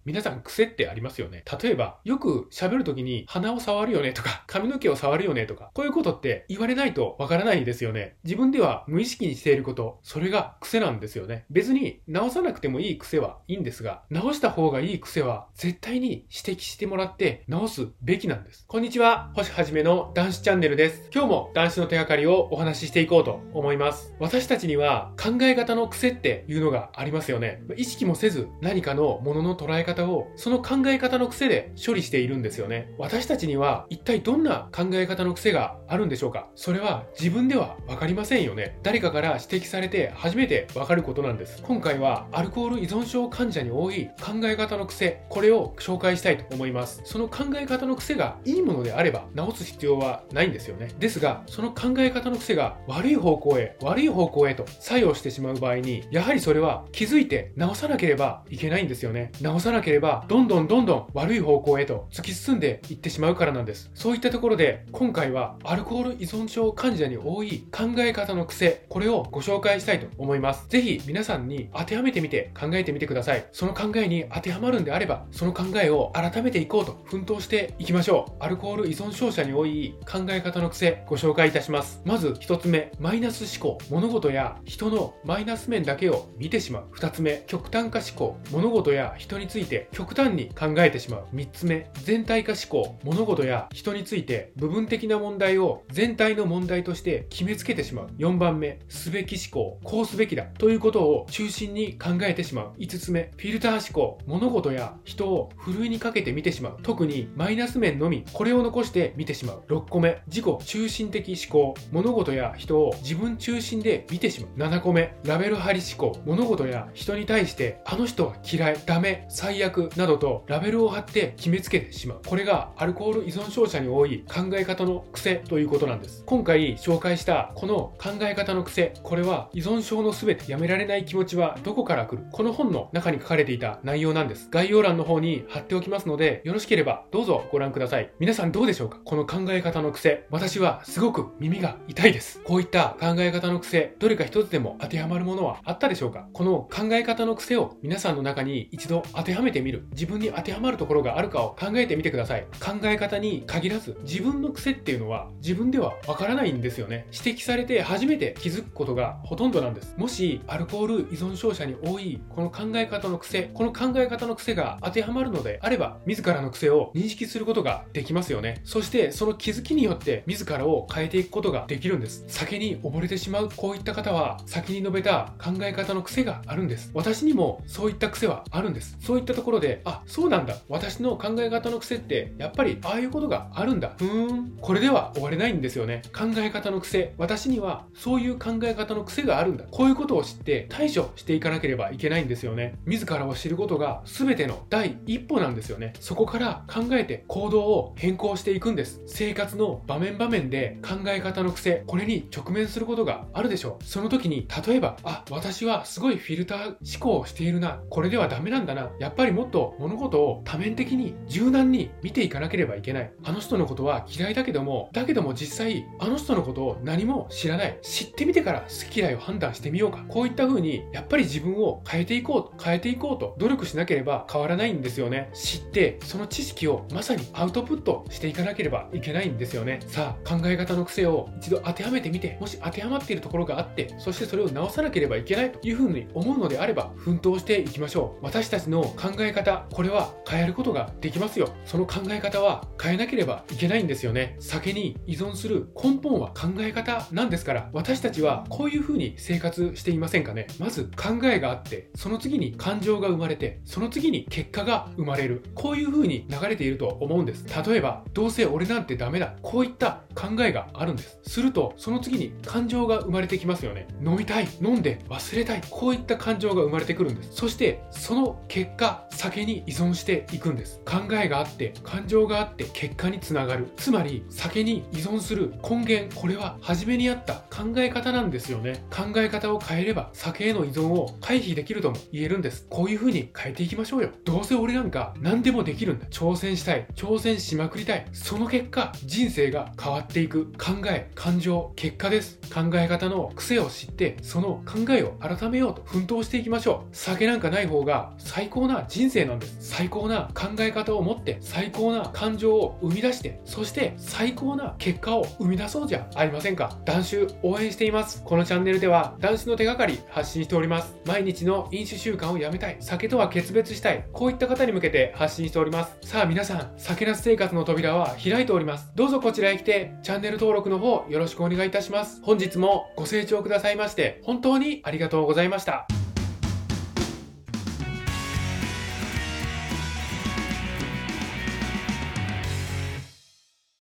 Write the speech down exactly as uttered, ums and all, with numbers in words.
皆さん癖ってありますよね。例えば、よく喋るときに鼻を触るよねとか、髪の毛を触るよねとか、こういうことって言われないとわからないですよね。自分では無意識にしていること、それが癖なんですよね。別に直さなくてもいい癖はいいんですが、直した方がいい癖は絶対に指摘してもらって直すべきなんです。こんにちは、星はじめの男子チャンネルです。今日も男子の手がかりをお話ししていこうと思います。私たちには考え方の癖っていうのがありますよね。意識もせず何かのものの捉え方をその考え方の癖で処理しているんですよね。私たちには一体どんな考え方の癖があるんでしょうか。それは自分ではわかりませんよね。誰かから指摘されて初めてわかることなんです。今回はアルコール依存症患者に多い考え方の癖、これを紹介したいと思います。その考え方の癖がいいものであれば直す必要はないんですよね。ですが、その考え方の癖が悪い方向へ悪い方向へと作用してしまう場合に、やはりそれは気づいて直さなければいけないんですよね。直さなければどんどんどんどん悪い方向へと突き進んでいってしまうからなんです。そういったところで今回はアルコール依存症患者に多い考え方の癖、これをご紹介したいと思います。ぜひ皆さんに当てはめてみて考えてみてください。その考えに当てはまるんであれば、その考えを改めていこうと奮闘していきましょう。アルコール依存症者に多い考え方の癖、ご紹介いたします。まず一つ目、マイナス思考。物事や人のマイナス面だけを見てしまう。二つ目、極端化思考。物事や人について極端に考えてしまう。三つ目、全体化思考。物事や人について部分的な問題を全体の問題として決めつけてしまう。よんばんめ、すべき思考。こうすべきだということを中心に考えてしまう。いつつめ、フィルター思考。物事や人をふるいにかけて見てしまう。特にマイナス面のみ、これを残して見てしまう。ろっこめ、自己中心的思考。物事や人を自分中心で見てしまう。ななこめ、ラベル貼り思考。物事や人に対してあの人は嫌い、ダメ、最悪などとラベルを貼って決めつけてしまう。これがアルコール依存症者に多い考え方の癖ということなんです。今回紹介したこの考え方の癖、これは依存症のすべて、やめられない気持ちはどこから来る、この本の中に書かれていた内容なんです。概要欄の方に貼っておきますので、よろしければどうぞご覧ください。皆さんどうでしょうか。この考え方の癖、私はすごく耳が痛いです。こういった考え方の癖、どれか一つでも当てはまるものはあったでしょうか。この考え方の癖を皆さんの中に一度当てはめてみる、自分に当てはまるところがあるかを考えてみてください。考え方に限らず自分の癖っていうのは自分ではわからないんですよね。指摘されて初めて気づくことがほとんどなんです。もしアルコール依存症者に多いこの考え方の癖、この考え方の癖が当てはまるのであれば、自らの癖を認識することができますよね。そしてその気づきによって自らを変えていくことができるんです。酒に溺れてしまうこういった方は、先に述べた考え方の癖があるんです。私にもそういった癖はあるんです。そういったところで、あ、そうなんだ、私の考え方の癖ってやっぱりああいうことがあるんだ、ふーん、これでは終われないんですよね。考え方の癖、私にはそういう考え方の癖があるんだ、こういうことを知って対処していかなければいけないんですよね。自らを知ることが全ての第一歩なんですよね。そこから考えて行動を変更していくんです。生活の場面場面で考え方の癖、これに直面することがあるでしょう。その時に例えば、あ、私はすごいフィルター思考をしているな、これではダメなんだな、やっぱりもっと物事を多面的に柔軟に見ていかなければいけない、あの人のことは嫌いだけどもだけども実際あの人のことを何も知らない、知ってみてから好き嫌いを判断してみようか、こういった風にやっぱり自分を変えていこうと変えていこうと努力しなければ変わらないんですよね。知ってその知識をまさにアウトプットしていかなければいけないんですよね。さあ、考え方の癖を一度当てはめてみて、もし当てはまっているところがあって、そしてそれを直さなければいけないという風に思うのであれば奮闘していきましょう。私たちの考え方、これは変えることができますよ。その考え方は変えなければいけないんですよね。酒に依存する根本は考え方なんですから、私たちはこういう風に生活していませんかね。まず考えがあって、その次に感情が生まれて、その次に結果が生まれる、こういう風に流れていると思うんです。例えば、どうせ俺なんてダメだ、こういった考えがあるんです。するとその次に感情が生まれてきますよね。飲みたい、飲んで忘れたい、こういった感情が生まれてくるんです。そしてその結果、酒に依存していくんです。考えがあって感情があって結果につながる。つまり酒に依存する根源、これは初めにあった考え方なんですよね。考え方を変えれば酒への依存を回避できるとも言えるんです。こういう風に変えていきましょうよ。どうせ俺なんか何でもできるんだ、挑戦したい、挑戦しまくりたい、その結果人生が変わっていく。考え、感情、結果です。考え方の癖を知ってその考えを改めようと奮闘していきましょう。酒なんかない方が最高な人人生なんです。最高な考え方を持って、最高な感情を生み出して、そして最高な結果を生み出そうじゃありませんか。断酒応援しています。このチャンネルでは断酒の手がかり発信しております。毎日の飲酒習慣をやめたい、酒とは決別したい、こういった方に向けて発信しております。さあ皆さん、酒なし生活の扉は開いております。どうぞこちらへ来てチャンネル登録の方よろしくお願いいたします。本日もご清聴くださいまして本当にありがとうございました。